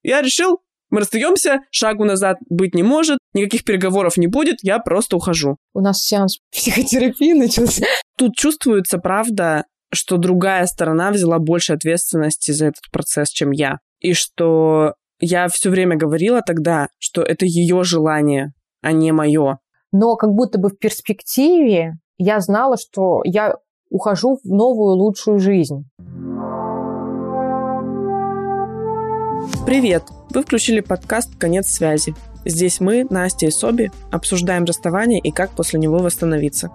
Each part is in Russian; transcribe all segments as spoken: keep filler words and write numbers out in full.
я решил, мы расстаемся, шагу назад быть не может, никаких переговоров не будет, я просто ухожу. У нас сеанс психотерапии начался. Тут чувствуется, правда, что другая сторона взяла больше ответственности за этот процесс, чем я. И что я все время говорила тогда, что это ее желание, а не мое. Но как будто бы в перспективе я знала, что я ухожу в новую лучшую жизнь. Привет! Вы включили подкаст «Конец связи». Здесь мы, Настя и Соби, обсуждаем расставание и как после него восстановиться.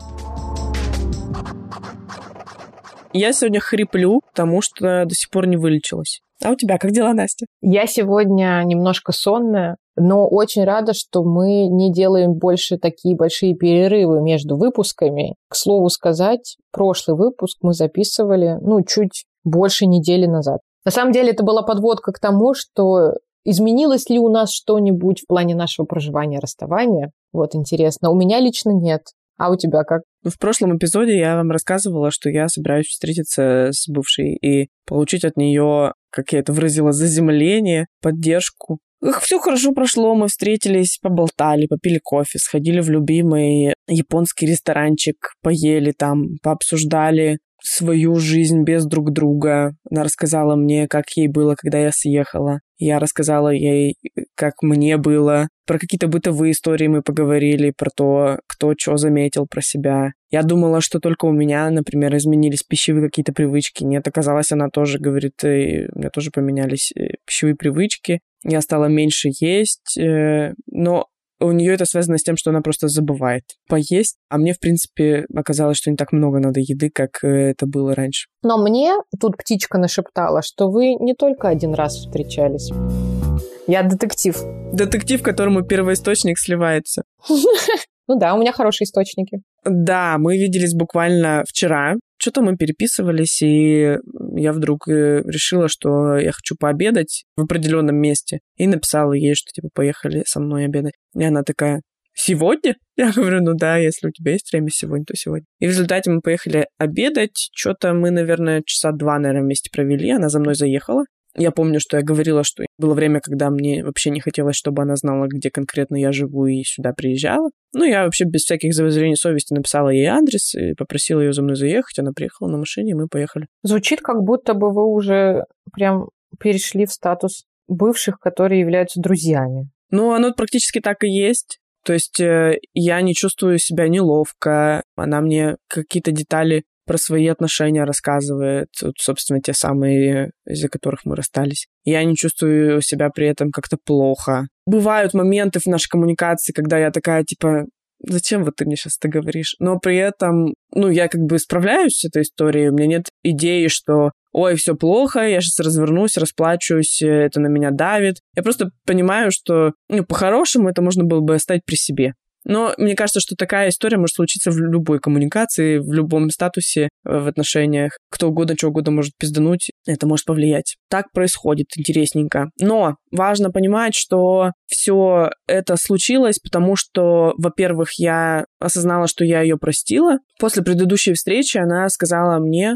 Я сегодня хриплю, потому что до сих пор не вылечилась. А у тебя как дела, Настя? Я сегодня немножко сонная, но очень рада, что мы не делаем больше такие большие перерывы между выпусками. К слову сказать, прошлый выпуск мы записывали, ну, чуть больше недели назад. На самом деле это была подводка к тому, что изменилось ли у нас что-нибудь в плане нашего проживания, расставания. Вот интересно. У меня лично нет. А у тебя как? В прошлом эпизоде я вам рассказывала, что я собираюсь встретиться с бывшей и получить от нее, как я это выразила, заземление, поддержку. Эх, все хорошо прошло, мы встретились, поболтали, попили кофе, сходили в любимый японский ресторанчик, поели там, пообсуждали свою жизнь без друг друга. Она рассказала мне, как ей было, когда я съехала. Я рассказала ей, как мне было. Про какие-то бытовые истории мы поговорили, про то, кто что заметил про себя. Я думала, что только у меня, например, изменились пищевые какие-то привычки. Нет, оказалось, она тоже говорит, у меня тоже поменялись пищевые привычки. Я стала меньше есть, но у нее это связано с тем, что она просто забывает поесть. А мне, в принципе, оказалось, что не так много надо еды, как это было раньше. Но мне тут птичка нашептала, что вы не только один раз встречались. Я детектив. Детектив, которому первоисточник сливается. Ну да, у меня хорошие источники. Да, мы виделись буквально вчера. Что-то мы переписывались, и я вдруг решила, что я хочу пообедать в определенном месте. И написала ей, что типа поехали со мной обедать. И она такая: сегодня? Я говорю, ну да, если у тебя есть время сегодня, то сегодня. И в результате мы поехали обедать. Что-то мы, наверное, часа два, наверное, вместе провели. Она за мной заехала. Я помню, что я говорила, что было время, когда мне вообще не хотелось, чтобы она знала, где конкретно я живу, и сюда приезжала. Ну, я вообще без всяких зазрений совести написала ей адрес и попросила ее за мной заехать. Она приехала на машине, и мы поехали. Звучит, как будто бы вы уже прям перешли в статус бывших, которые являются друзьями. Ну, оно практически так и есть. То есть э, я не чувствую себя неловко. Она мне какие-то детали про свои отношения рассказывает, вот, собственно, те самые, из-за которых мы расстались. Я не чувствую себя при этом как-то плохо. Бывают моменты в нашей коммуникации, когда я такая, типа, зачем вот ты мне сейчас это говоришь? Но при этом, ну, я как бы справляюсь с этой историей, у меня нет идеи, что ой, все плохо, я сейчас развернусь, расплачусь, это на меня давит. Я просто понимаю, что, ну, по-хорошему это можно было бы оставить при себе. Но мне кажется, что такая история может случиться в любой коммуникации, в любом статусе, в отношениях. Кто угодно, что угодно может пиздануть, это может повлиять. Так происходит, интересненько. Но важно понимать, что все это случилось, потому что, во-первых, я осознала, что я ее простила. После предыдущей встречи она сказала мне,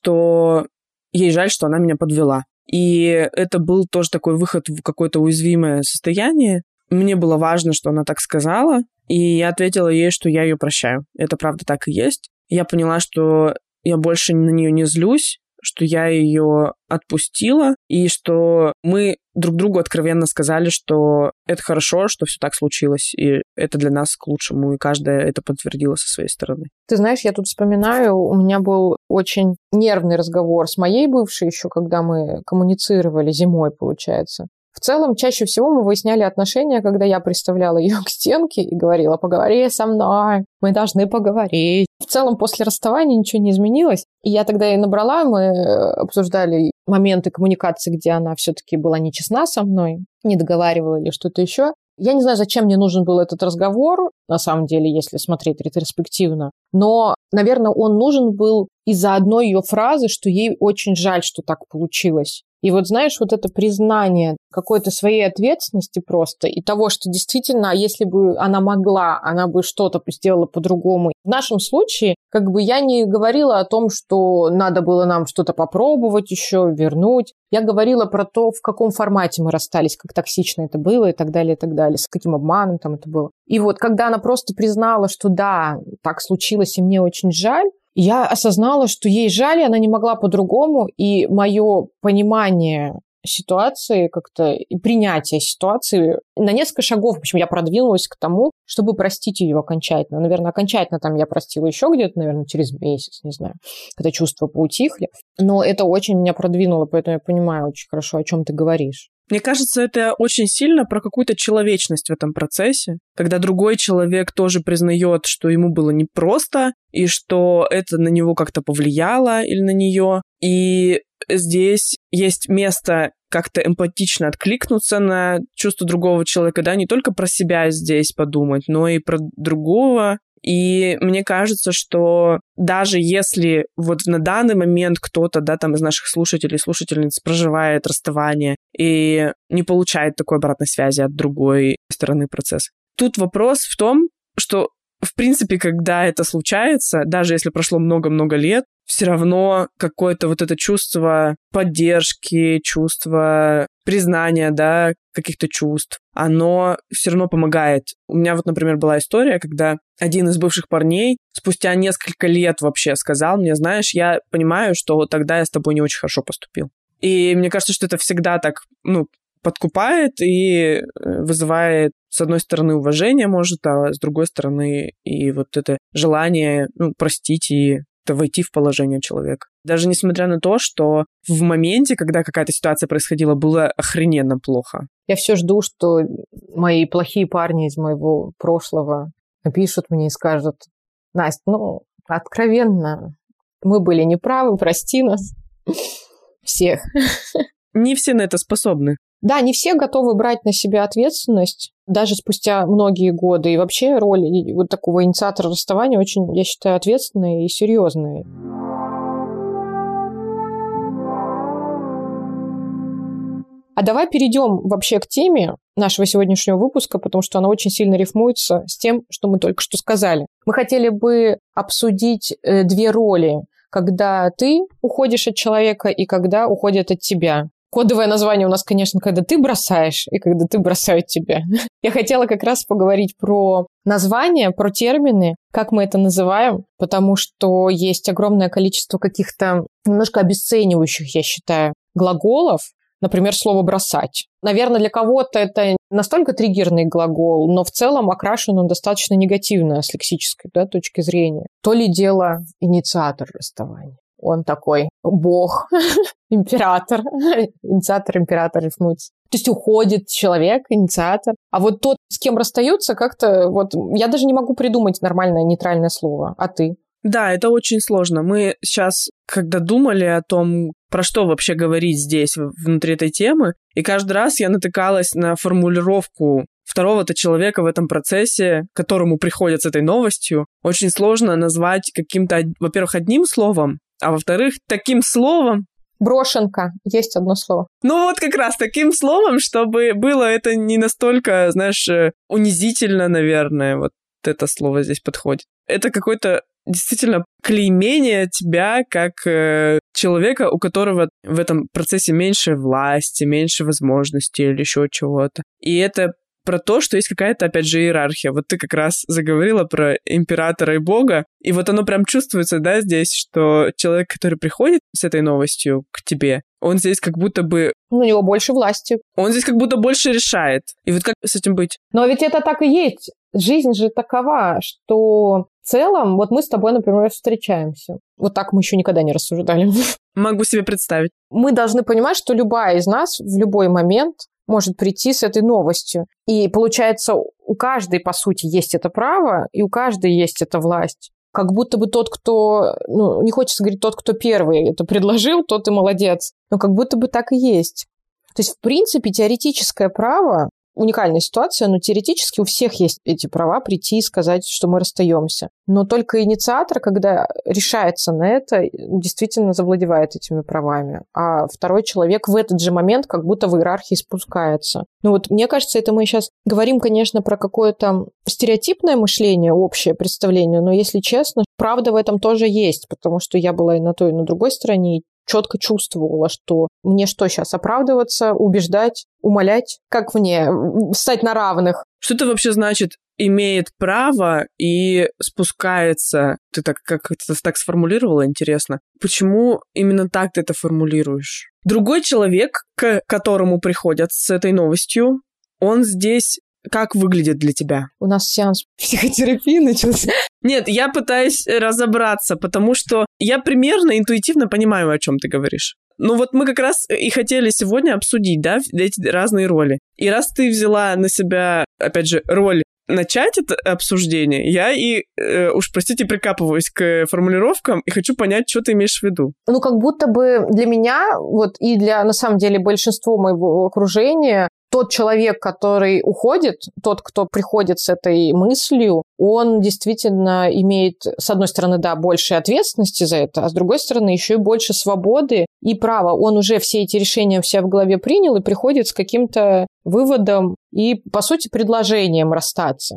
что ей жаль, что она меня подвела. И это был тоже такой выход в какое-то уязвимое состояние. Мне было важно, что она так сказала, и я ответила ей, что я ее прощаю. Это правда так и есть. Я поняла, что я больше на нее не злюсь, что я ее отпустила, и что мы друг другу откровенно сказали, что это хорошо, что все так случилось, и это для нас к лучшему, и каждая это подтвердила со своей стороны. Ты знаешь, я тут вспоминаю, у меня был очень нервный разговор с моей бывшей еще, когда мы коммуницировали зимой, получается. В целом, чаще всего мы выясняли отношения, когда я приставляла ее к стенке и говорила: поговори со мной, мы должны поговорить. В целом, после расставания ничего не изменилось. И я тогда ей набрала, мы обсуждали моменты коммуникации, где она все-таки была нечестна со мной, не договаривала или что-то еще. Я не знаю, зачем мне нужен был этот разговор, на самом деле, если смотреть ретроспективно, но, наверное, он нужен был из-за одной ее фразы, что ей очень жаль, что так получилось. И вот, знаешь, вот это признание какой-то своей ответственности просто и того, что действительно, если бы она могла, она бы что-то сделала по-другому. В нашем случае, как бы я не говорила о том, что надо было нам что-то попробовать еще, вернуть. Я говорила про то, в каком формате мы расстались, как токсично это было и так далее, и так далее, с каким обманом там это было. И вот когда она просто признала, что да, так случилось, и мне очень жаль, я осознала, что ей жаль, и она не могла по-другому, и мое понимание ситуации как-то, и принятие ситуации на несколько шагов, в общем, я продвинулась к тому, чтобы простить ее окончательно. Наверное, окончательно там я простила еще где-то, наверное, через месяц, не знаю, когда чувства поутихли. Но это очень меня продвинуло, поэтому я понимаю очень хорошо, о чем ты говоришь. Мне кажется, это очень сильно про какую-то человечность в этом процессе, когда другой человек тоже признает, что ему было непросто, и что это на него как-то повлияло или на нее. И здесь есть место как-то эмпатично откликнуться на чувство другого человека, да, не только про себя здесь подумать, но и про другого. И мне кажется, что даже если вот на данный момент кто-то, да, там из наших слушателей, слушательниц проживает расставание и не получает такой обратной связи от другой стороны процесса, тут вопрос в том, что, в принципе, когда это случается, даже если прошло много-много лет, все равно какое-то вот это чувство поддержки, чувство признания, да, каких-то чувств, оно все равно помогает. У меня вот, например, была история, когда один из бывших парней спустя несколько лет вообще сказал мне, знаешь, я понимаю, что тогда я с тобой не очень хорошо поступил. И мне кажется, что это всегда так, ну, подкупает и вызывает, с одной стороны, уважение, может, а с другой стороны, и вот это желание, ну, простить и войти в положение человека. Даже несмотря на то, что в моменте, когда какая-то ситуация происходила, было охрененно плохо. Я все жду, что мои плохие парни из моего прошлого напишут мне и скажут: Настя, ну, откровенно, мы были неправы, прости нас. Всех. Не все на это способны. Да, не все готовы брать на себя ответственность, даже спустя многие годы. И вообще роль вот такого инициатора расставания очень, я считаю, ответственная и серьезная. А давай перейдем вообще к теме нашего сегодняшнего выпуска, потому что она очень сильно рифмуется с тем, что мы только что сказали. Мы хотели бы обсудить две роли, когда ты уходишь от человека и когда уходят от тебя. Кодовое название у нас, конечно, когда ты бросаешь и когда ты бросают тебя. Я хотела как раз поговорить про названия, про термины, как мы это называем, потому что есть огромное количество каких-то немножко обесценивающих, я считаю, глаголов. Например, слово «бросать». Наверное, для кого-то это настолько триггерный глагол, но в целом окрашен он достаточно негативно с лексической, да, точки зрения. То ли дело инициатор расставания. Он такой бог, император. Инициатор, император рифмуется. То есть уходит человек, инициатор. А вот тот, с кем расстаются, как-то вот... Я даже не могу придумать нормальное нейтральное слово. А ты? Да, это очень сложно. Мы сейчас, когда думали о том, про что вообще говорить здесь, внутри этой темы, и каждый раз я натыкалась на формулировку второго-то человека в этом процессе, которому приходят с этой новостью. Очень сложно назвать каким-то, во-первых, одним словом, а во-вторых, таким словом. Брошенка. Есть одно слово. Ну вот как раз таким словом, чтобы было это не настолько, знаешь, унизительно, наверное, вот это слово здесь подходит. Это какой-то действительно клеймение тебя как э, человека, у которого в этом процессе меньше власти, меньше возможностей или еще чего-то. И это про то, что есть какая-то, опять же, иерархия. Вот ты как раз заговорила про императора и бога, и вот оно прям чувствуется, да, здесь, что человек, который приходит с этой новостью к тебе, он здесь как будто бы... У него больше власти. Он здесь как будто больше решает. И вот как с этим быть? Но ведь это так и есть. Жизнь же такова, что в целом, вот мы с тобой, например, встречаемся. Вот так мы еще никогда не рассуждали. Могу себе представить. Мы должны понимать, что любая из нас в любой момент может прийти с этой новостью. И получается, у каждой, по сути, есть это право, и у каждой есть эта власть. Как будто бы тот, кто... Ну, не хочется говорить тот, кто первый это предложил, тот и молодец. Но как будто бы так и есть. То есть, в принципе, теоретическое право уникальная ситуация, но теоретически у всех есть эти права прийти и сказать, что мы расстаемся. Но только инициатор, когда решается на это, действительно завладевает этими правами. А второй человек в этот же момент как будто в иерархии спускается. Ну вот, мне кажется, это мы сейчас говорим, конечно, про какое-то стереотипное мышление, общее представление, но, если честно, правда в этом тоже есть, потому что я была и на той, и на другой стороне, и четко чувствовала, что мне что сейчас, оправдываться, убеждать, умолять? Как мне встать на равных? Что это вообще значит «имеет право» и «спускается»? Ты так как это так сформулировала, интересно. Почему именно так ты это формулируешь? Другой человек, к которому приходят с этой новостью, он здесь как выглядит для тебя? У нас сеанс психотерапии начался. Нет, я пытаюсь разобраться, потому что я примерно интуитивно понимаю, о чем ты говоришь. Ну вот мы как раз и хотели сегодня обсудить, да, эти разные роли. И раз ты взяла на себя, опять же, роль начать это обсуждение, я и, э, уж простите, прикапываюсь к формулировкам и хочу понять, что ты имеешь в виду. Ну, как будто бы для меня, вот и для, на самом деле, большинства моего окружения, тот человек, который уходит, тот, кто приходит с этой мыслью, он действительно имеет, с одной стороны, да, больше ответственности за это, а с другой стороны, еще и больше свободы и права. Он уже все эти решения все в голове принял и приходит с каким-то выводом и, по сути, предложением расстаться.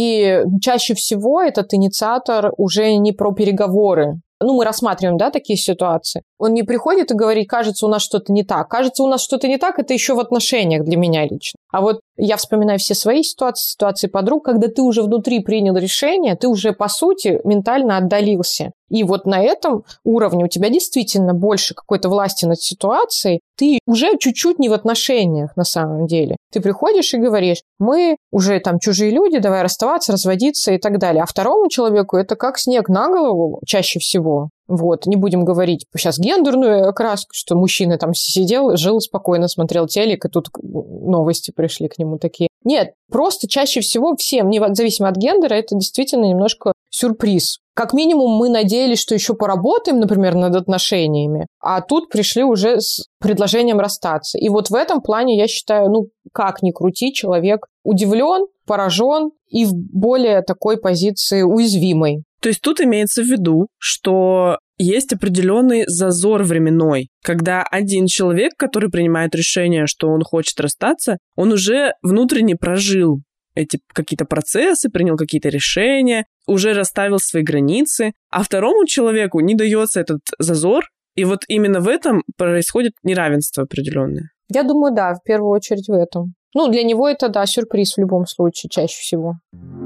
И чаще всего этот инициатор уже не про переговоры. Ну, мы рассматриваем, да, такие ситуации. Он не приходит и говорит, кажется, у нас что-то не так. Кажется, у нас что-то не так, это еще в отношениях для меня лично. А вот я вспоминаю все свои ситуации, ситуации подруг, когда ты уже внутри принял решение, ты уже, по сути, ментально отдалился. И вот на этом уровне у тебя действительно больше какой-то власти над ситуацией, ты уже чуть-чуть не в отношениях на самом деле. Ты приходишь и говоришь, мы уже там чужие люди, давай расставаться, разводиться и так далее. А второму человеку это как снег на голову чаще всего. Вот, не будем говорить сейчас гендерную окраску, что мужчина там сидел, жил спокойно, смотрел телек, и тут новости пришли к нему такие. Нет, просто чаще всего всем, независимо от гендера, это действительно немножко сюрприз. Как минимум мы надеялись, что еще поработаем, например, над отношениями, а тут пришли уже с предложением расстаться. И вот в этом плане, я считаю, ну, как ни крути, человек удивлен, поражен и в более такой позиции уязвимой. То есть тут имеется в виду, что есть определенный зазор временной, когда один человек, который принимает решение, что он хочет расстаться, он уже внутренне прожил эти какие-то процессы, принял какие-то решения, уже расставил свои границы, а второму человеку не дается этот зазор, и вот именно в этом происходит неравенство определенное. Я думаю, да, в первую очередь в этом. Ну, для него это, да, сюрприз в любом случае, чаще всего.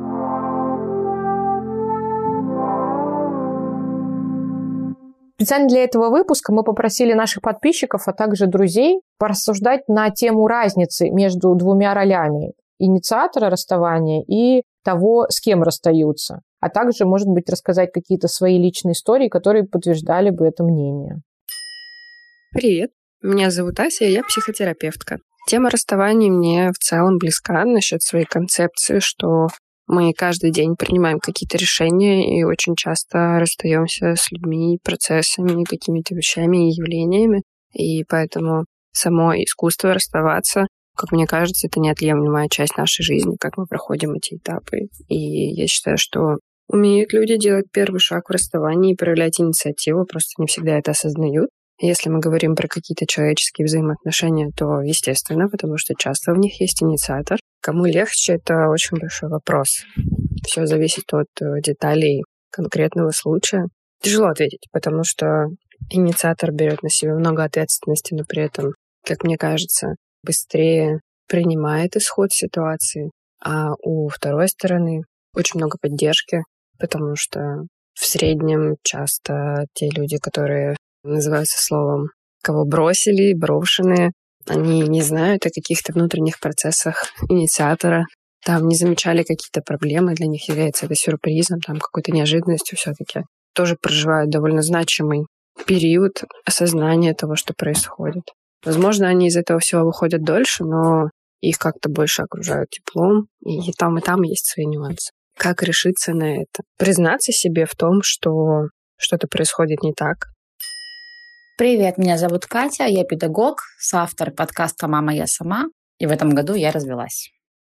Специально для этого выпуска мы попросили наших подписчиков, а также друзей порассуждать на тему разницы между двумя ролями инициатора расставания и того, с кем расстаются. А также, может быть, рассказать какие-то свои личные истории, которые подтверждали бы это мнение. Привет, меня зовут Ася, и я психотерапевтка. Тема расставаний мне в целом близка насчет своей концепции, что мы каждый день принимаем какие-то решения и очень часто расстаемся с людьми, процессами, какими-то вещами и явлениями. И поэтому само искусство расставаться, как мне кажется, это неотъемлемая часть нашей жизни, как мы проходим эти этапы. И я считаю, что умеют люди делать первый шаг в расставании и проявлять инициативу, просто не всегда это осознают. Если мы говорим про какие-то человеческие взаимоотношения, то естественно, потому что часто в них есть инициатор. Кому легче, это очень большой вопрос. Все зависит от деталей конкретного случая. Тяжело ответить, потому что инициатор берет на себя много ответственности, но при этом, как мне кажется, быстрее принимает исход ситуации, а у второй стороны очень много поддержки, потому что в среднем часто те люди, которые называются словом, кого бросили, брошенные, они не знают о каких-то внутренних процессах инициатора, там не замечали какие-то проблемы, для них является это сюрпризом, там какой-то неожиданностью все-таки. Тоже проживают довольно значимый период осознания того, что происходит. Возможно, они из этого всего выходят дольше, но их как-то больше окружают теплом, и там, и там есть свои нюансы. Как решиться на это? Признаться себе в том, что что-то происходит не так. Привет, меня зовут Катя, я педагог, соавтор подкаста «Мама, я сама», и в этом году я развелась.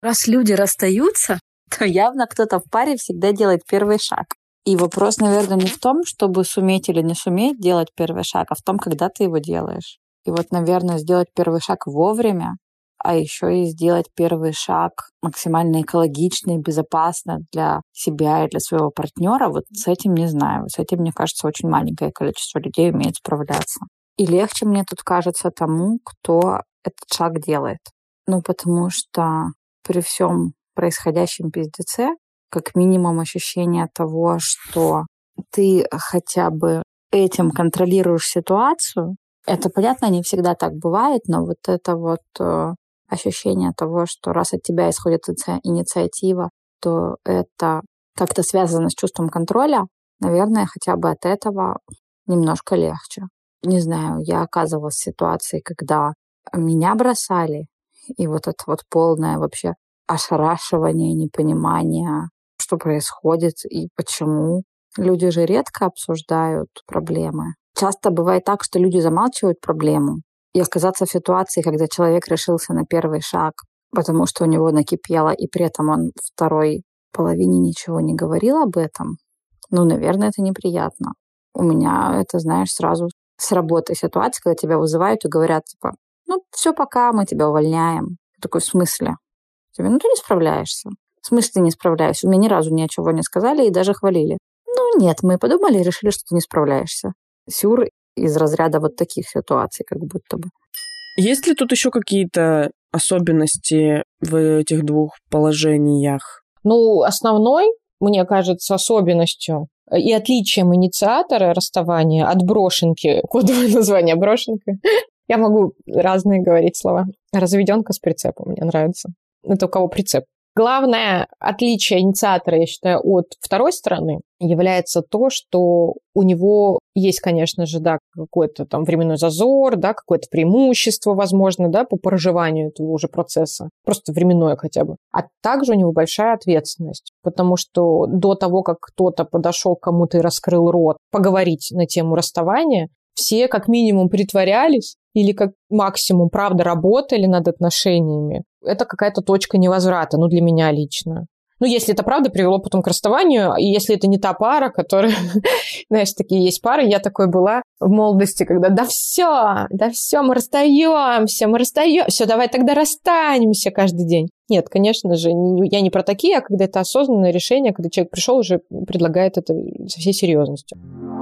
Раз люди расстаются, то явно кто-то в паре всегда делает первый шаг. И вопрос, наверное, не в том, чтобы суметь или не суметь делать первый шаг, а в том, когда ты его делаешь. И вот, наверное, сделать первый шаг вовремя, а еще и сделать первый шаг максимально экологично и безопасно для себя и для своего партнера, вот с этим не знаю. С этим, мне кажется, очень маленькое количество людей умеет справляться. И легче мне тут кажется тому, кто этот шаг делает. Ну, потому что при всем происходящем пиздеце, как минимум ощущение того, что ты хотя бы этим контролируешь ситуацию. Это, понятно, не всегда так бывает, но вот это вот э, ощущение того, что раз от тебя исходит инициатива, то это как-то связано с чувством контроля, наверное, хотя бы от этого немножко легче. Не знаю, я оказывалась в ситуации, когда меня бросали, и вот это вот полное вообще ошарашивание, непонимание, что происходит и почему. Люди же редко обсуждают проблемы. Часто бывает так, что люди замалчивают проблему, и оказаться в ситуации, когда человек решился на первый шаг, потому что у него накипело, и при этом он второй половине ничего не говорил об этом, ну, наверное, это неприятно. У меня это, знаешь, сразу с работы ситуация, когда тебя вызывают и говорят, типа, ну, все, пока, мы тебя увольняем. Я такой, в смысле? Тебе, ну, ты не справляешься. В смысле не справляюсь? У меня ни разу ничего не сказали и даже хвалили. Ну, нет, мы подумали и решили, что ты не справляешься. Сюр из разряда вот таких ситуаций, как будто бы. Есть ли тут еще какие-то особенности в этих двух положениях? Ну, основной, мне кажется, особенностью и отличием инициатора расставания от брошенки, кодовое название брошенка, я могу разные говорить слова. Разведенка с прицепом, мне нравится. Это у кого прицеп. Главное отличие инициатора, я считаю, от второй стороны является то, что у него есть, конечно же, да, какой-то там временной зазор, да, какое-то преимущество, возможно, да, по проживанию этого уже процесса, просто временное хотя бы. А также у него большая ответственность, потому что до того, как кто-то подошел к кому-то и раскрыл рот поговорить на тему расставания, все как минимум притворялись или как максимум, правда, работали над отношениями. Это какая-то точка невозврата, ну, для меня лично. Ну, если это правда привело потом к расставанию, и если это не та пара, которая, знаешь, такие есть пары, я такой была в молодости, когда да все, да все, мы расстаемся, мы расстаемся, все, давай тогда расстанемся каждый день. Нет, конечно же, не, я не про такие, а когда это осознанное решение, когда человек пришел уже предлагает это со всей серьезностью.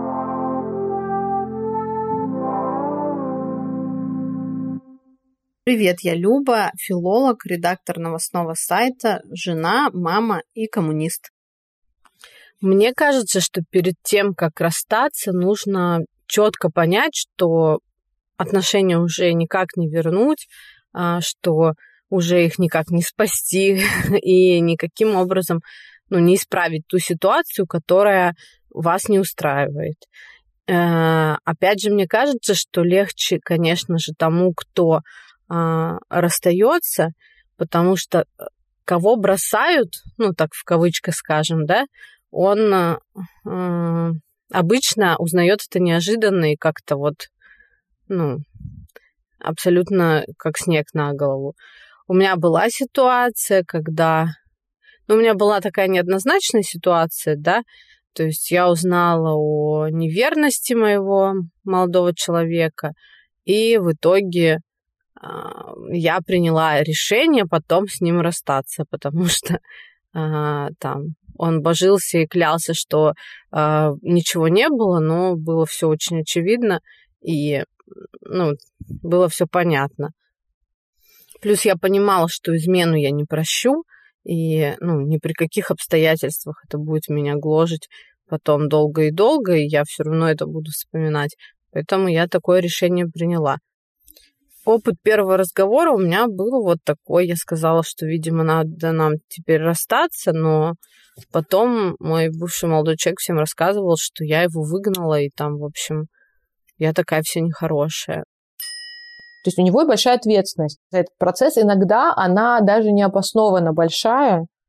Привет, я Люба, филолог, редактор новостного сайта, жена, мама и коммунист. Мне кажется, что перед тем, как расстаться, нужно четко понять, что отношения уже никак не вернуть, что уже их никак не спасти и никаким образом, ну, не исправить ту ситуацию, которая вас не устраивает. Опять же, мне кажется, что легче, конечно же, тому, кто расстается, потому что кого бросают, ну, так в кавычках скажем, да, он э, обычно узнает это неожиданно и как-то вот, ну, абсолютно как снег на голову. У меня была ситуация, когда... Ну, у меня была такая неоднозначная ситуация, да, то есть я узнала о неверности моего молодого человека, и в итоге я приняла решение потом с ним расстаться, потому что а, там он божился и клялся, что а, ничего не было, но было все очень очевидно и, ну, было все понятно. Плюс я понимала, что измену я не прощу, и, ну, ни при каких обстоятельствах это будет меня гложить потом долго и долго, и я все равно это буду вспоминать. Поэтому я такое решение приняла. Опыт первого разговора у меня был вот такой. Я сказала, что, видимо, надо нам теперь расстаться, но потом мой бывший молодой человек всем рассказывал, что я его выгнала, и там, в общем, я такая вся нехорошая. То есть у него большая ответственность за этот процесс. Иногда она даже необоснованно большая.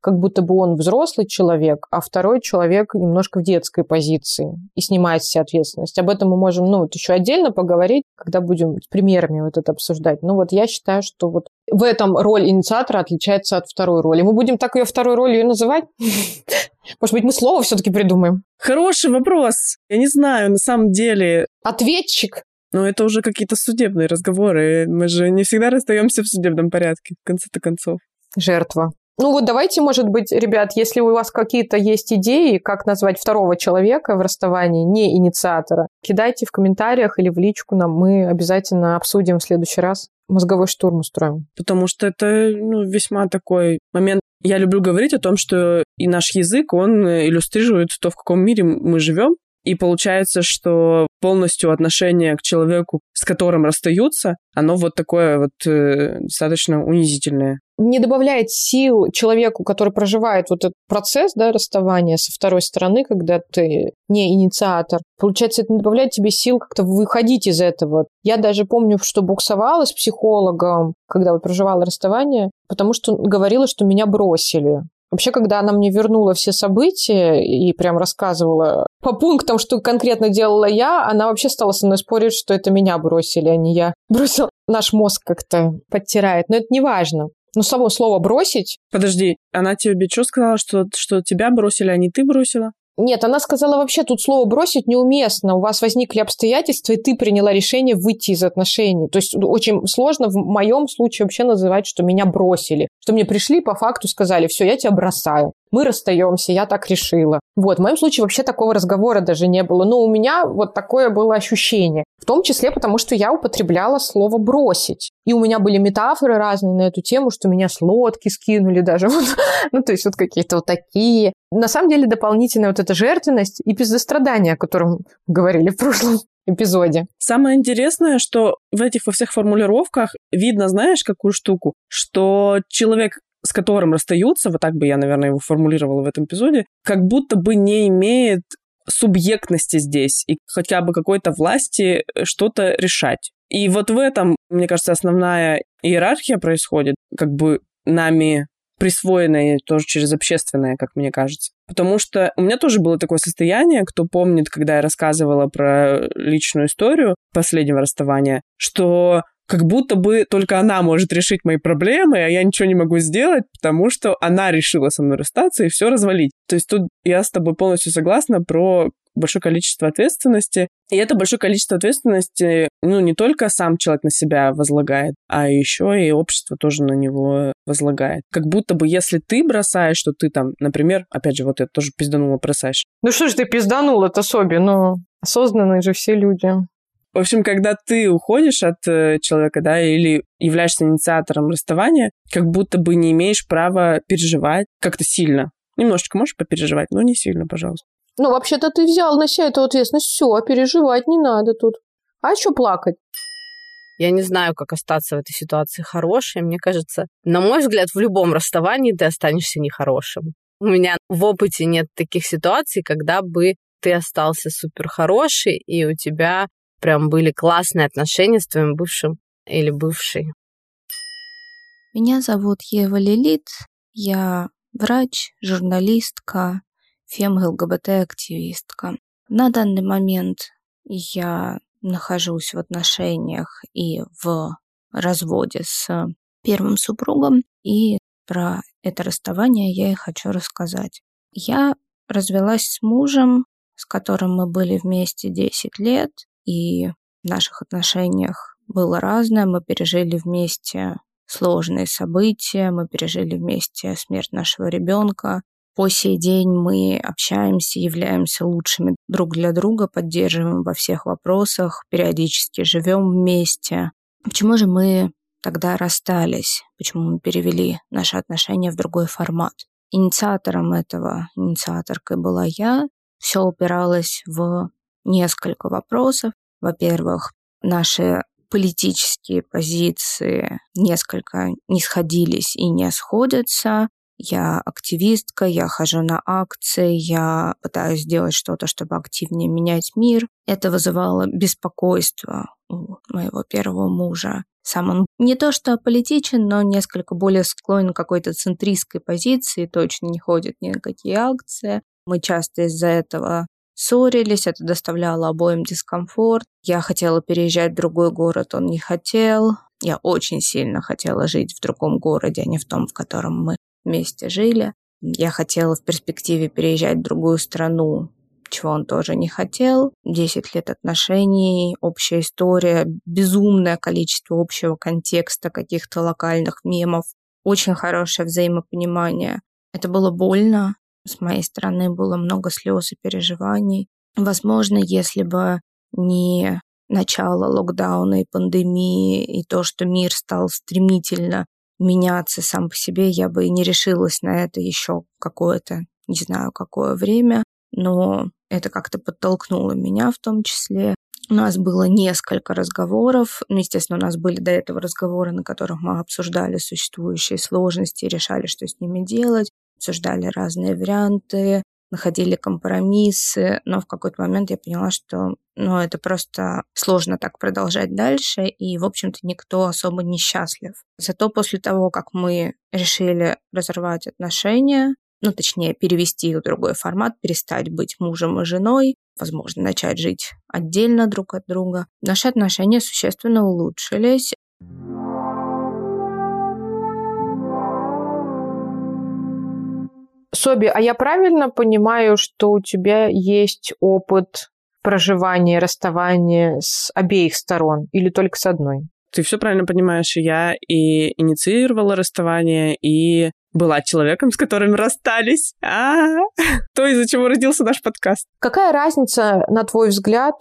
как будто бы он взрослый человек, а второй человек немножко в детской позиции и снимает с себя ответственность. Об этом мы можем, ну, вот еще отдельно поговорить, когда будем с примерами вот это обсуждать. Ну, вот я считаю, что вот в этом роль инициатора отличается от второй роли. Мы будем так ее второй ролью называть? Может быть, мы слово все-таки придумаем? Хороший вопрос. Я не знаю, на самом деле... Ответчик? Но это уже какие-то судебные разговоры. Мы же не всегда расстаемся в судебном порядке, в конце-то концов. Жертва. Ну вот давайте, может быть, ребят, если у вас какие-то есть идеи, как назвать второго человека в расставании, не инициатора, кидайте в комментариях или в личку нам, мы обязательно обсудим в следующий раз. Мозговой штурм устроим. Потому что это ну, весьма такой момент. Я люблю говорить о том, что и наш язык, он иллюстрирует то, в каком мире мы живем. И получается, что полностью отношение к человеку, с которым расстаются, оно вот такое вот э, достаточно унизительное. Не добавляет сил человеку, который проживает вот этот процесс, да, расставания со второй стороны, когда ты не инициатор. Получается, это не добавляет тебе сил как-то выходить из этого. Я даже помню, что буксовала с психологом, когда вот проживала расставание, потому что говорила, что меня бросили. Вообще, когда она мне вернула все события и прям рассказывала по пунктам, что конкретно делала я, она вообще стала со мной спорить, что это меня бросили, а не я. Бросил. Наш мозг как-то подтирает, но это не важно. Но само слово «бросить». Подожди, она тебе что сказала, что, что тебя бросили, а не ты бросила? Нет, она сказала вообще, тут слово «бросить» неуместно. У вас возникли обстоятельства, и ты приняла решение выйти из отношений. То есть очень сложно в моем случае вообще называть, что меня бросили. Что мне пришли, по факту сказали: все, я тебя бросаю. Мы расстаемся, я так решила. Вот, в моем случае вообще такого разговора даже не было. Но у меня вот такое было ощущение. В том числе потому, что я употребляла слово «бросить». И у меня были метафоры разные на эту тему, что меня с лодки скинули даже. Ну, то есть вот какие-то вот такие. На самом деле дополнительная вот эта жертвенность и пиздострадание, о котором говорили в прошлом эпизоде. Самое интересное, что в этих во всех формулировках видно, знаешь, какую штуку, что человек, с которым расстаются, вот так бы я, наверное, его формулировала в этом эпизоде, как будто бы не имеет субъектности здесь и хотя бы какой-то власти что-то решать. И вот в этом, мне кажется, основная иерархия происходит, как бы нами присвоенное тоже через общественное, как мне кажется. Потому что у меня тоже было такое состояние, кто помнит, когда я рассказывала про личную историю последнего расставания, что как будто бы только она может решить мои проблемы, а я ничего не могу сделать, потому что она решила со мной расстаться и все развалить. То есть тут я с тобой полностью согласна про большое количество ответственности. И это большое количество ответственности, ну, не только сам человек на себя возлагает, а еще и общество тоже на него возлагает. Как будто бы, если ты бросаешь, что ты там, например, опять же, вот я тоже пизданула, бросаешь. Ну что ж ты пизданула-то, Соби? Ну, осознанные же все люди. В общем, когда ты уходишь от э, человека, да, или являешься инициатором расставания, как будто бы не имеешь права переживать как-то сильно. Немножечко можешь попереживать, но не сильно, пожалуйста. Ну, вообще-то ты взял на себя эту ответственность. Все, переживать не надо тут. А еще плакать? Я не знаю, как остаться в этой ситуации хорошей. Мне кажется, на мой взгляд, в любом расставании ты останешься нехорошим. У меня в опыте нет таких ситуаций, когда бы ты остался супер хороший, и у тебя прям были классные отношения с твоим бывшим или бывшей. Меня зовут Ева Лилит. Я врач, журналистка, фем-ЛГБТ-активистка. На данный момент я нахожусь в отношениях и в разводе с первым супругом, и про это расставание я и хочу рассказать. Я развелась с мужем, с которым мы были вместе десять лет, и в наших отношениях было разное. Мы пережили вместе сложные события, мы пережили вместе смерть нашего ребенка. По сей день мы общаемся, являемся лучшими друг для друга, поддерживаем во всех вопросах, периодически живем вместе. Почему же мы тогда расстались? Почему мы перевели наши отношения в другой формат? Инициатором этого, инициаторкой была я. Все упиралось в несколько вопросов. Во-первых, наши политические позиции несколько не сходились и не сходятся. Я активистка, я хожу на акции, я пытаюсь сделать что-то, чтобы активнее менять мир. Это вызывало беспокойство у моего первого мужа. Сам он не то что аполитичен, но несколько более склонен к какой-то центристской позиции, точно не ходит ни на какие акции. Мы часто из-за этого ссорились, это доставляло обоим дискомфорт. Я хотела переезжать в другой город, он не хотел. Я очень сильно хотела жить в другом городе, а не в том, в котором мы вместе жили. Я хотела в перспективе переезжать в другую страну, чего он тоже не хотел. Десять лет отношений, общая история, безумное количество общего контекста, каких-то локальных мемов, очень хорошее взаимопонимание. Это было больно. С моей стороны было много слез и переживаний. Возможно, если бы не начало локдауна и пандемии, и то, что мир стал стремительно меняться сам по себе, я бы и не решилась на это еще какое-то, не знаю, какое время, но это как-то подтолкнуло меня в том числе. У нас было несколько разговоров. Естественно, у нас были до этого разговоры, на которых мы обсуждали существующие сложности, решали, что с ними делать, обсуждали разные варианты, находили компромиссы, но в какой-то момент я поняла, что ну, это просто сложно так продолжать дальше, и, в общем-то, никто особо не счастлив. Зато после того, как мы решили разорвать отношения, ну, точнее, перевести их в другой формат, перестать быть мужем и женой, возможно, начать жить отдельно друг от друга, наши отношения существенно улучшились. Соби, а я правильно понимаю, что у тебя есть опыт проживания, расставания с обеих сторон или только с одной? Ты все правильно понимаешь. Я и инициировала расставание, и была человеком, с которым расстались. А-а-а. То, из-за чего родился наш подкаст. Какая разница, на твой взгляд,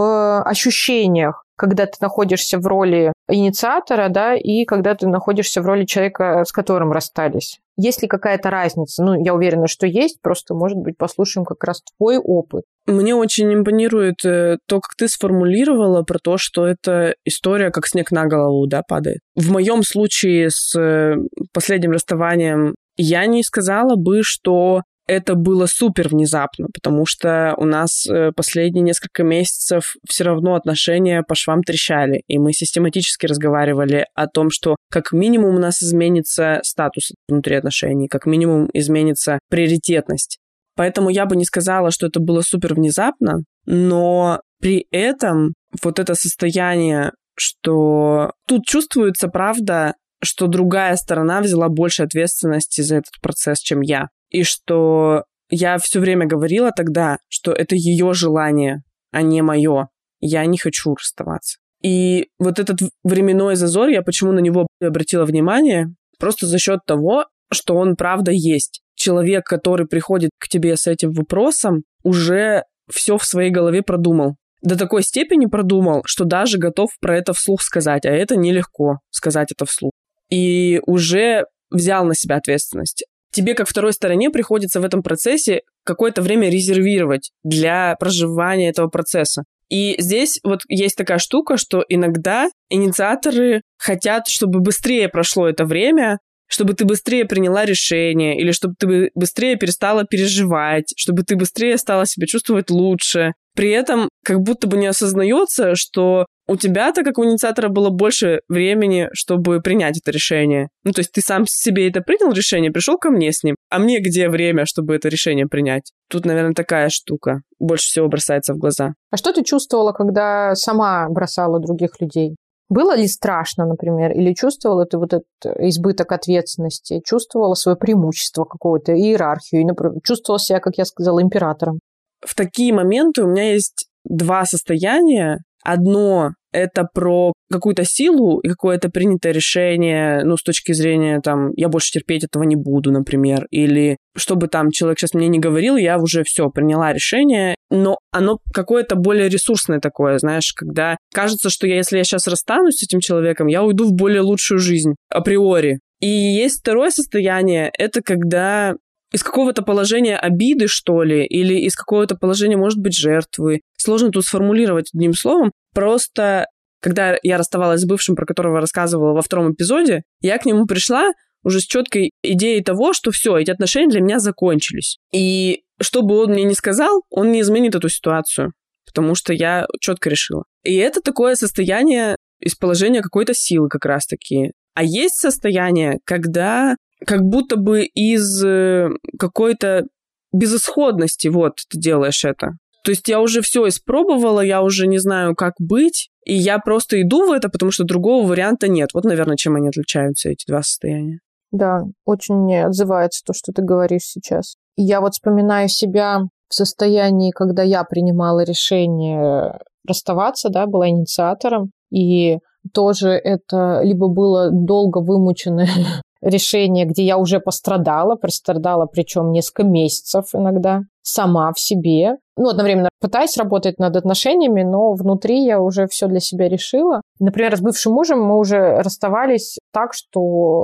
в ощущениях, когда ты находишься в роли инициатора, да, и когда ты находишься в роли человека, с которым расстались? Есть ли какая-то разница? Ну, я уверена, что есть, просто, может быть, послушаем как раз твой опыт. Мне очень импонирует то, как ты сформулировала про то, что это история как снег на голову, да, падает. В моем случае с последним расставанием я не сказала бы, что это было супер внезапно, потому что у нас последние несколько месяцев все равно отношения по швам трещали, и мы систематически разговаривали о том, что как минимум у нас изменится статус внутри отношений, как минимум изменится приоритетность. Поэтому я бы не сказала, что это было супер внезапно, но при этом вот это состояние, что тут чувствуется, правда, что другая сторона взяла больше ответственности за этот процесс, чем я. И что я все время говорила тогда, что это ее желание, а не мое. Я не хочу расставаться. И вот этот временной зазор, я почему на него обратила внимание, просто за счет того, что он правда есть. Человек, который приходит к тебе с этим вопросом, уже все в своей голове продумал. До такой степени продумал, что даже готов про это вслух сказать, а это нелегко сказать это вслух. И уже взял на себя ответственность. Тебе, как второй стороне, приходится в этом процессе какое-то время резервировать для проживания этого процесса. И здесь вот есть такая штука, что иногда инициаторы хотят, чтобы быстрее прошло это время, чтобы ты быстрее приняла решение, или чтобы ты быстрее перестала переживать, чтобы ты быстрее стала себя чувствовать лучше. При этом как будто бы не осознается, что у тебя-то, как у инициатора, было больше времени, чтобы принять это решение. Ну, то есть ты сам себе это принял решение, пришел ко мне с ним, а мне где время, чтобы это решение принять? Тут, наверное, такая штука больше всего бросается в глаза. А что ты чувствовала, когда сама бросала других людей? Было ли страшно, например, или чувствовала ты вот этот избыток ответственности, чувствовала свое преимущество какое-то, иерархию, и, например, чувствовала себя, как я сказала, императором? В такие моменты у меня есть два состояния. Одно — это про какую-то силу и какое-то принятое решение, ну, с точки зрения, там, я больше терпеть этого не буду, например, или чтобы там человек сейчас мне не говорил, я уже все приняла решение, но оно какое-то более ресурсное такое, знаешь, когда кажется, что я, если я сейчас расстанусь с этим человеком, я уйду в более лучшую жизнь априори. И есть второе состояние, это когда из какого-то положения обиды, что ли, или из какого-то положения, может быть, жертвы. Сложно тут сформулировать одним словом. Просто, когда я расставалась с бывшим, про которого рассказывала во втором эпизоде, я к нему пришла уже с четкой идеей того, что все, эти отношения для меня закончились. И что бы он мне ни сказал, он не изменит эту ситуацию, потому что я четко решила. И это такое состояние из положения какой-то силы как раз-таки. А есть состояние, когда как будто бы из какой-то безысходности вот ты делаешь это. То есть я уже все испробовала, я уже не знаю, как быть, и я просто иду в это, потому что другого варианта нет. Вот, наверное, чем они отличаются, эти два состояния. Да, очень мне отзывается то, что ты говоришь сейчас. И я вот вспоминаю себя в состоянии, когда я принимала решение расставаться, да, была инициатором, и тоже это либо было долго вымученное решение, где я уже пострадала, пострадала причем несколько месяцев иногда, сама в себе. Ну, одновременно пытаясь работать над отношениями, но внутри я уже все для себя решила. Например, с бывшим мужем мы уже расставались так, что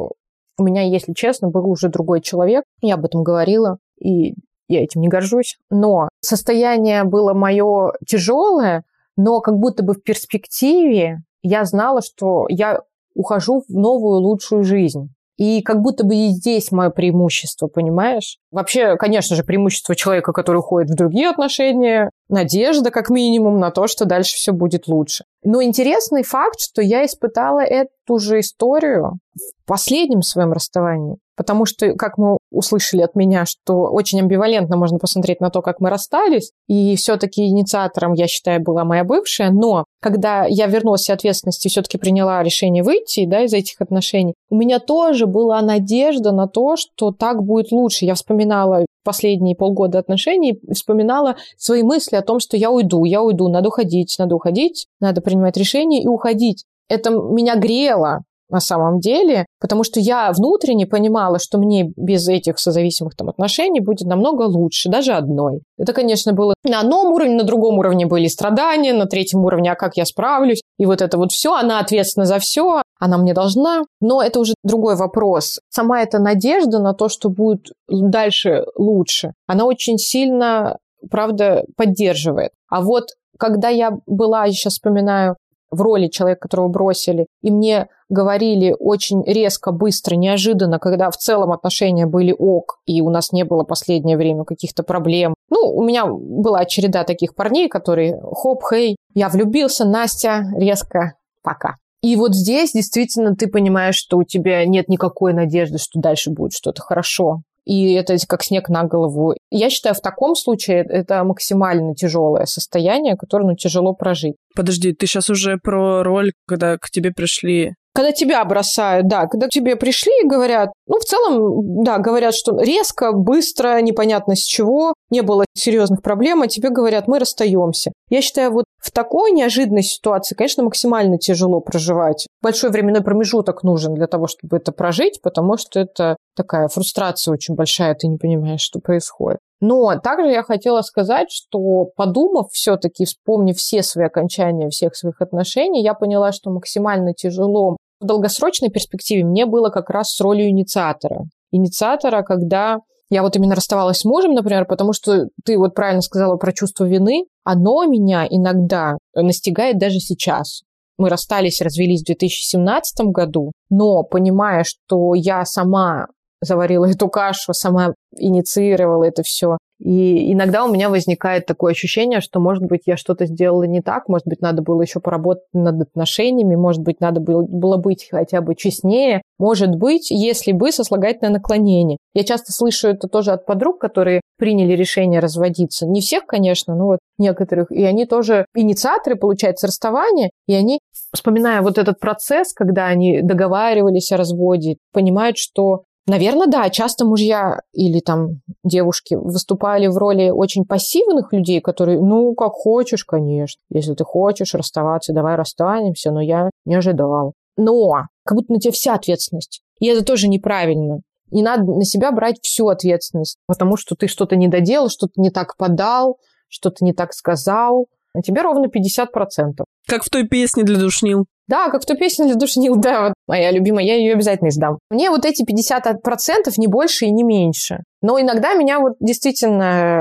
у меня, если честно, был уже другой человек. Я об этом говорила, и я этим не горжусь. Но состояние было мое тяжелое, но как будто бы в перспективе я знала, что я ухожу в новую лучшую жизнь. И как будто бы и здесь мое преимущество, понимаешь? Вообще, конечно же, преимущество человека, который уходит в другие отношения, надежда, как минимум, на то, что дальше все будет лучше. Но интересный факт, что я испытала эту же историю в последнем своем расставании. Потому что, как мы услышали от меня, что очень амбивалентно можно посмотреть на то, как мы расстались, и все-таки инициатором, я считаю, была моя бывшая, но когда я вернулась от ответственности и все-таки приняла решение выйти, да, из этих отношений, у меня тоже была надежда на то, что так будет лучше. Я вспоминала последние полгода отношений, вспоминала свои мысли о том, что я уйду, я уйду, надо уходить, надо уходить, надо принимать решение и уходить. Это меня грело на самом деле, потому что я внутренне понимала, что мне без этих созависимых там отношений будет намного лучше, даже одной. Это, конечно, было на одном уровне, на другом уровне были страдания, на третьем уровне, а как я справлюсь, и вот это вот все, она ответственна за все, она мне должна, но это уже другой вопрос. Сама эта надежда на то, что будет дальше лучше, она очень сильно, правда, поддерживает. А вот когда я была, я сейчас вспоминаю, в роли человека, которого бросили, и мне говорили очень резко, быстро, неожиданно, когда в целом отношения были ок, и у нас не было последнее время каких-то проблем. Ну, у меня была череда таких парней, которые хоп, хей, я влюбился, Настя, резко, пока. И вот здесь действительно ты понимаешь, что у тебя нет никакой надежды, что дальше будет что-то хорошо. И это как снег на голову. Я считаю, в таком случае это максимально тяжелое состояние, которое, ну, тяжело прожить. Подожди, ты сейчас уже про роль, когда к тебе пришли... Когда тебя бросают, да, когда к тебе пришли и говорят, ну, в целом, да, говорят, что резко, быстро, непонятно с чего, не было серьезных проблем, а тебе говорят, мы расстаемся. Я считаю, вот в такой неожиданной ситуации, конечно, максимально тяжело проживать. Большой временной промежуток нужен для того, чтобы это прожить, потому что это такая фрустрация очень большая, ты не понимаешь, что происходит. Но также я хотела сказать, что подумав все-таки, вспомнив все свои окончания всех своих отношений, я поняла, что максимально тяжело в долгосрочной перспективе мне было как раз с ролью инициатора. Инициатора, когда я вот именно расставалась с мужем, например, потому что ты вот правильно сказала про чувство вины, оно меня иногда настигает даже сейчас. Мы расстались, развелись в две тысячи семнадцатом году, но понимая, что я сама заварила эту кашу, сама инициировала это все. И иногда у меня возникает такое ощущение, что, может быть, я что-то сделала не так, может быть, надо было еще поработать над отношениями, может быть, надо было, было быть хотя бы честнее, может быть, если бы сослагательное наклонение. Я часто слышу это тоже от подруг, которые приняли решение разводиться. Не всех, конечно, но вот некоторых. И они тоже инициаторы, получается, расставания, и они, вспоминая вот этот процесс, когда они договаривались о разводе, понимают, что наверное, да, часто мужья или там девушки выступали в роли очень пассивных людей, которые, ну, как хочешь, конечно. Если ты хочешь расставаться, давай расстанемся, но я не ожидал. Но как будто на тебя вся ответственность. И это тоже неправильно. Не надо на себя брать всю ответственность, потому что ты что-то не доделал, что-то не так подал, что-то не так сказал. На тебе ровно пятьдесят процентов. Как в той песне для душнил. Да, как в той песне для душнил, да, вот моя любимая, я ее обязательно издам. Мне вот эти пятьдесят процентов не больше и не меньше. Но иногда меня вот действительно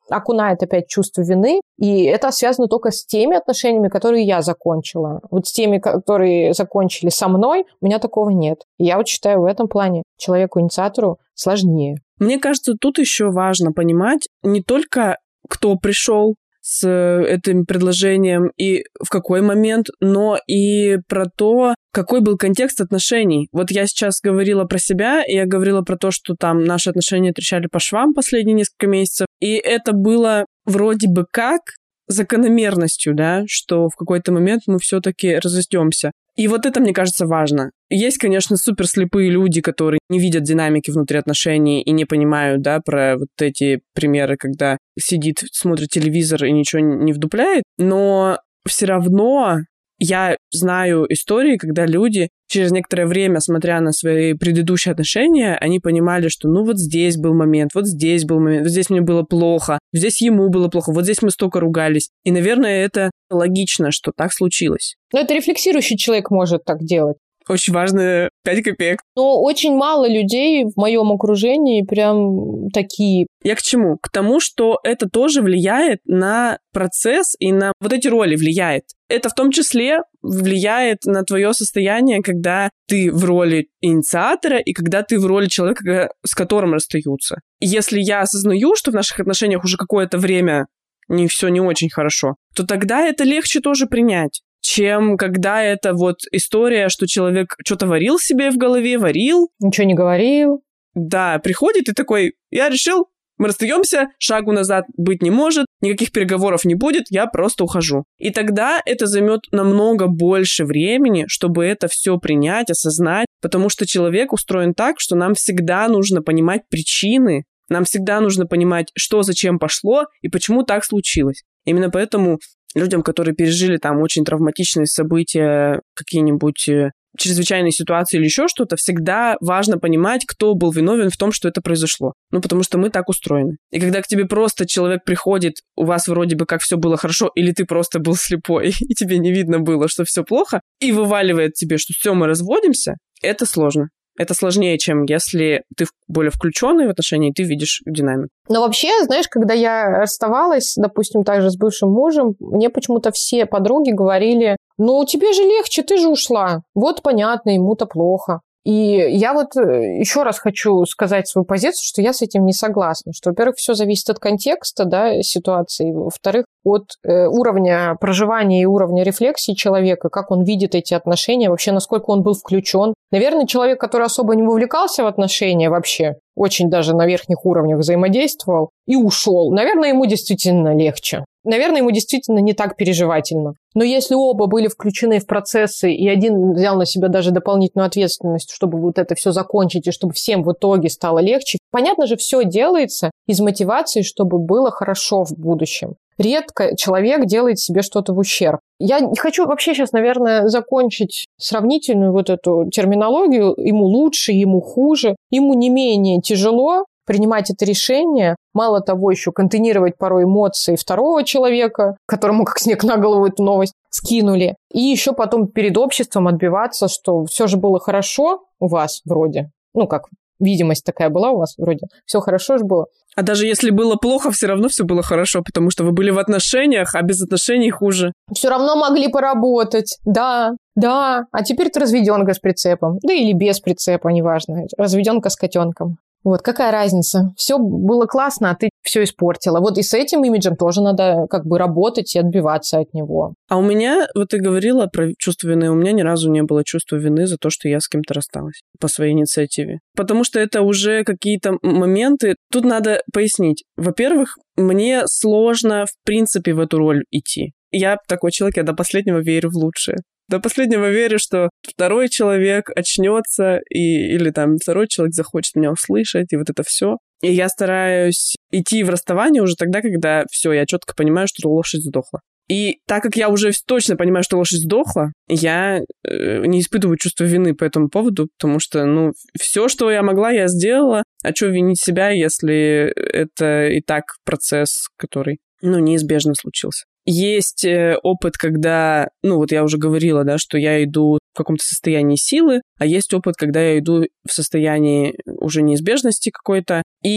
окунает опять чувство вины, и это связано только с теми отношениями, которые я закончила. Вот с теми, которые закончили со мной, у меня такого нет. И я вот считаю, в этом плане человеку-инициатору сложнее. Мне кажется, тут еще важно понимать не только, кто пришел с этим предложением и в какой момент, но и про то, какой был контекст отношений. Вот я сейчас говорила про себя, и я говорила про то, что там наши отношения трещали по швам последние несколько месяцев, и это было вроде бы как закономерностью, да, что в какой-то момент мы все-таки разойдемся. И вот это, мне кажется, важно. Есть, конечно, суперслепые люди, которые не видят динамики внутри отношений и не понимают, да, про вот эти примеры, когда сидит, смотрит телевизор и ничего не вдупляет, но все равно я знаю истории, когда люди через некоторое время, смотря на свои предыдущие отношения, они понимали, что ну вот здесь был момент, вот здесь был момент, вот здесь мне было плохо, здесь ему было плохо, вот здесь мы столько ругались. И, наверное, это логично, что так случилось. Но это рефлексирующий человек может так делать. Очень важно пять копеек. Но очень мало людей в моем окружении прям такие. Я к чему? К тому, что это тоже влияет на процесс и на вот эти роли влияет. Это в том числе влияет на твое состояние, когда ты в роли инициатора и когда ты в роли человека, с которым расстаются. Если я осознаю, что в наших отношениях уже какое-то время не все не очень хорошо, то тогда это легче тоже принять, чем когда это вот история, что человек что-то варил себе в голове, варил. Ничего не говорил. Да, приходит и такой, я решил, мы расстаемся, шагу назад быть не может, никаких переговоров не будет, я просто ухожу. И тогда это займет намного больше времени, чтобы это все принять, осознать, потому что человек устроен так, что нам всегда нужно понимать причины, нам всегда нужно понимать, что зачем пошло и почему так случилось. Именно поэтому людям, которые пережили там очень травматичные события, какие-нибудь чрезвычайные ситуации или еще что-то, всегда важно понимать, кто был виновен в том, что это произошло. Ну, потому что мы так устроены. И когда к тебе просто человек приходит, у вас вроде бы как все было хорошо, или ты просто был слепой, и тебе не видно было, что все плохо, и вываливает тебе, что все, мы разводимся, это сложно. Это сложнее, чем если ты более включенный в отношения, и ты видишь динамику. Но вообще, знаешь, когда я расставалась, допустим, также с бывшим мужем, мне почему-то все подруги говорили, ну, тебе же легче, ты же ушла. Вот понятно, ему-то плохо. И я вот еще раз хочу сказать свою позицию, что я с этим не согласна. Что, во-первых, все зависит от контекста, да, ситуации. Во-вторых, от э, уровня проживания и уровня рефлексии человека, как он видит эти отношения, вообще насколько он был включен. Наверное, человек, который особо не вовлекался в отношения вообще, очень даже на верхних уровнях взаимодействовал и ушел, наверное, ему действительно легче. Наверное, ему действительно не так переживательно. Но если оба были включены в процессы, и один взял на себя даже дополнительную ответственность, чтобы вот это все закончить, и чтобы всем в итоге стало легче, понятно же, все делается из мотивации, чтобы было хорошо в будущем. Редко человек делает себе что-то в ущерб. Я не хочу вообще сейчас, наверное, закончить сравнительную вот эту терминологию. Ему лучше, ему хуже, ему не менее тяжело принимать это решение. Мало того, еще контейнировать порой эмоции второго человека, которому как снег на голову эту новость скинули. И еще потом перед обществом отбиваться, что все же было хорошо у вас вроде. Ну, как видимость такая была у вас вроде. Все хорошо же было. А даже если было плохо, все равно все было хорошо, потому что вы были в отношениях, а без отношений хуже. Все равно могли поработать. Да, да. А теперь ты разведенка с прицепом. Да или без прицепа, неважно. Разведенка с котенком. Вот, какая разница? Все было классно, а ты все испортила. Вот и с этим имиджем тоже надо как бы работать и отбиваться от него. А у меня, вот ты говорила про чувство вины, у меня ни разу не было чувства вины за то, что я с кем-то рассталась по своей инициативе. Потому что это уже какие-то моменты. Тут надо пояснить. Во-первых, мне сложно, в принципе, в эту роль идти. Я такой человек, я до последнего верю в лучшее. До последнего верю, что второй человек очнется, и, или там второй человек захочет меня услышать, и вот это все. И я стараюсь идти в расставание уже тогда, когда все, я четко понимаю, что лошадь сдохла. И так как я уже точно понимаю, что лошадь сдохла, я э, не испытываю чувства вины по этому поводу, потому что, ну, все, что я могла, я сделала. А что винить себя, если это и так процесс, который, ну, неизбежно случился. Есть опыт, когда, ну вот я уже говорила, да, что я иду в каком-то состоянии силы, а есть опыт, когда я иду в состоянии уже неизбежности какой-то. И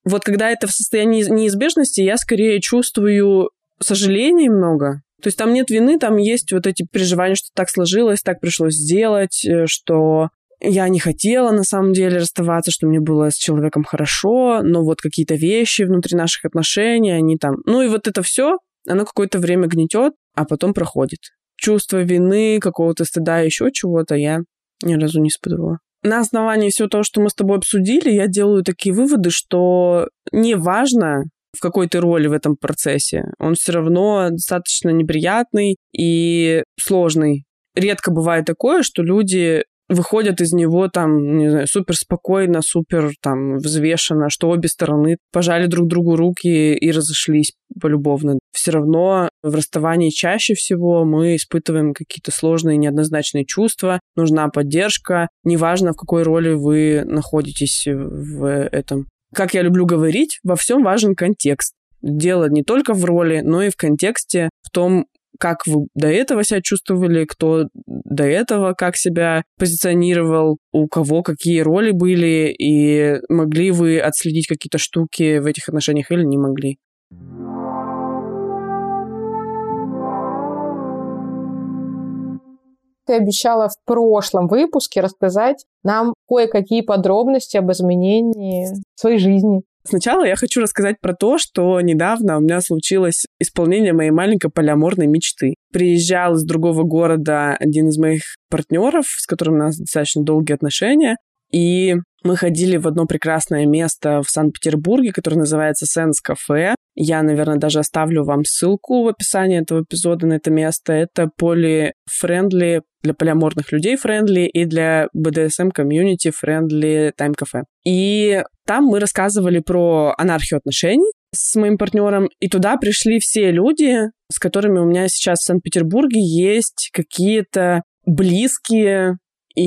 Вот когда это в состоянии неизбежности, я скорее чувствую сожаление много. То есть там нет вины, там есть вот эти переживания, что так сложилось, так пришлось сделать, что я не хотела на самом деле расставаться, что мне было с человеком хорошо, но вот какие-то вещи внутри наших отношений, они там... Ну и вот это все, оно какое-то время гнетет, а потом проходит. Чувство вины, какого-то стыда, еще чего-то я ни разу не испытывала. На основании всего того, что мы с тобой обсудили, я делаю такие выводы, что неважно, в какой ты роли в этом процессе, он все равно достаточно неприятный и сложный. Редко бывает такое, что люди выходят из него там, не знаю, супер спокойно, супер там взвешенно, что обе стороны пожали друг другу руки и разошлись полюбовно. Все равно в расставании чаще всего мы испытываем какие-то сложные, неоднозначные чувства, нужна поддержка, неважно, в какой роли вы находитесь в этом. Как я люблю говорить, во всем важен контекст. Дело не только в роли, но и в контексте, в том, как вы до этого себя чувствовали, кто до этого как себя позиционировал, у кого какие роли были, и могли вы отследить какие-то штуки в этих отношениях или не могли. Ты обещала в прошлом выпуске рассказать нам кое-какие подробности об изменении своей жизни. Сначала я хочу рассказать про то, что недавно у меня случилось исполнение моей маленькой полиаморной мечты. Приезжал из другого города один из моих партнеров, с которым у нас достаточно долгие отношения, и мы ходили в одно прекрасное место в Санкт-Петербурге, которое называется Сенс Кафе. Я, наверное, даже оставлю вам ссылку в описании этого эпизода на это место. Это поли-френдли, для полиаморных людей френдли и для би ди эс эм-комьюнити френдли тайм-кафе. И там мы рассказывали про анархию отношений с моим партнером, и туда пришли все люди, с которыми у меня сейчас в Санкт-Петербурге есть какие-то близкие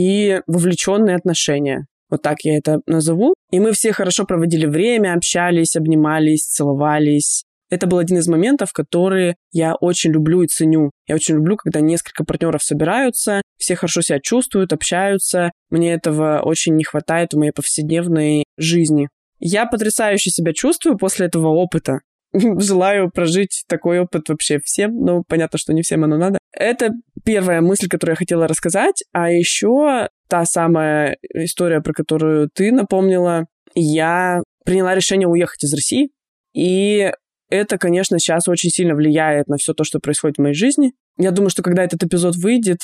и вовлеченные отношения. Вот так я это назову. И мы все хорошо проводили время, общались, обнимались, целовались. Это был один из моментов, которые я очень люблю и ценю. Я очень люблю, когда несколько партнеров собираются, все хорошо себя чувствуют, общаются. Мне этого очень не хватает в моей повседневной жизни. Я потрясающе себя чувствую после этого опыта. Желаю прожить такой опыт вообще всем, но понятно, что не всем оно надо. Это первая мысль, которую я хотела рассказать. А еще та самая история, про которую ты напомнила. Я приняла решение уехать из России, и это, конечно, сейчас очень сильно влияет на все то, что происходит в моей жизни. Я думаю, что когда этот эпизод выйдет,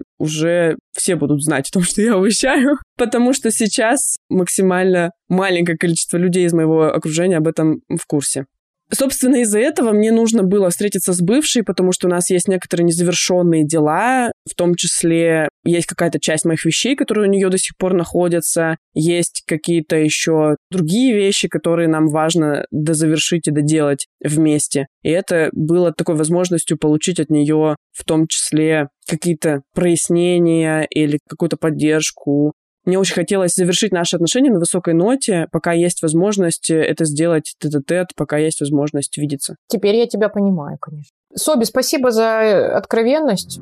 уже все будут знать о том, что я уезжаю, потому что сейчас максимально маленькое количество людей из моего окружения об этом в курсе. Собственно, из-за этого мне нужно было встретиться с бывшей, потому что у нас есть некоторые незавершенные дела, в том числе есть какая-то часть моих вещей, которые у нее до сих пор находятся, есть какие-то еще другие вещи, которые нам важно дозавершить и доделать вместе. И это было такой возможностью получить от нее в том числе какие-то прояснения или какую-то поддержку. Мне очень хотелось завершить наши отношения на высокой ноте, пока есть возможность это сделать тет-а-тет, пока есть возможность видеться. Теперь я тебя понимаю, конечно. Соби, спасибо за откровенность.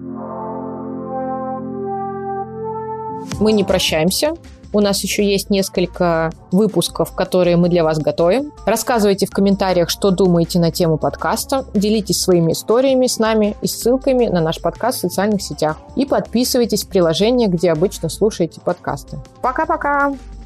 Мы не прощаемся. У нас еще есть несколько выпусков, которые мы для вас готовим. Рассказывайте в комментариях, что думаете на тему подкаста. Делитесь своими историями с нами и ссылками на наш подкаст в социальных сетях. И подписывайтесь в приложение, где обычно слушаете подкасты. Пока-пока!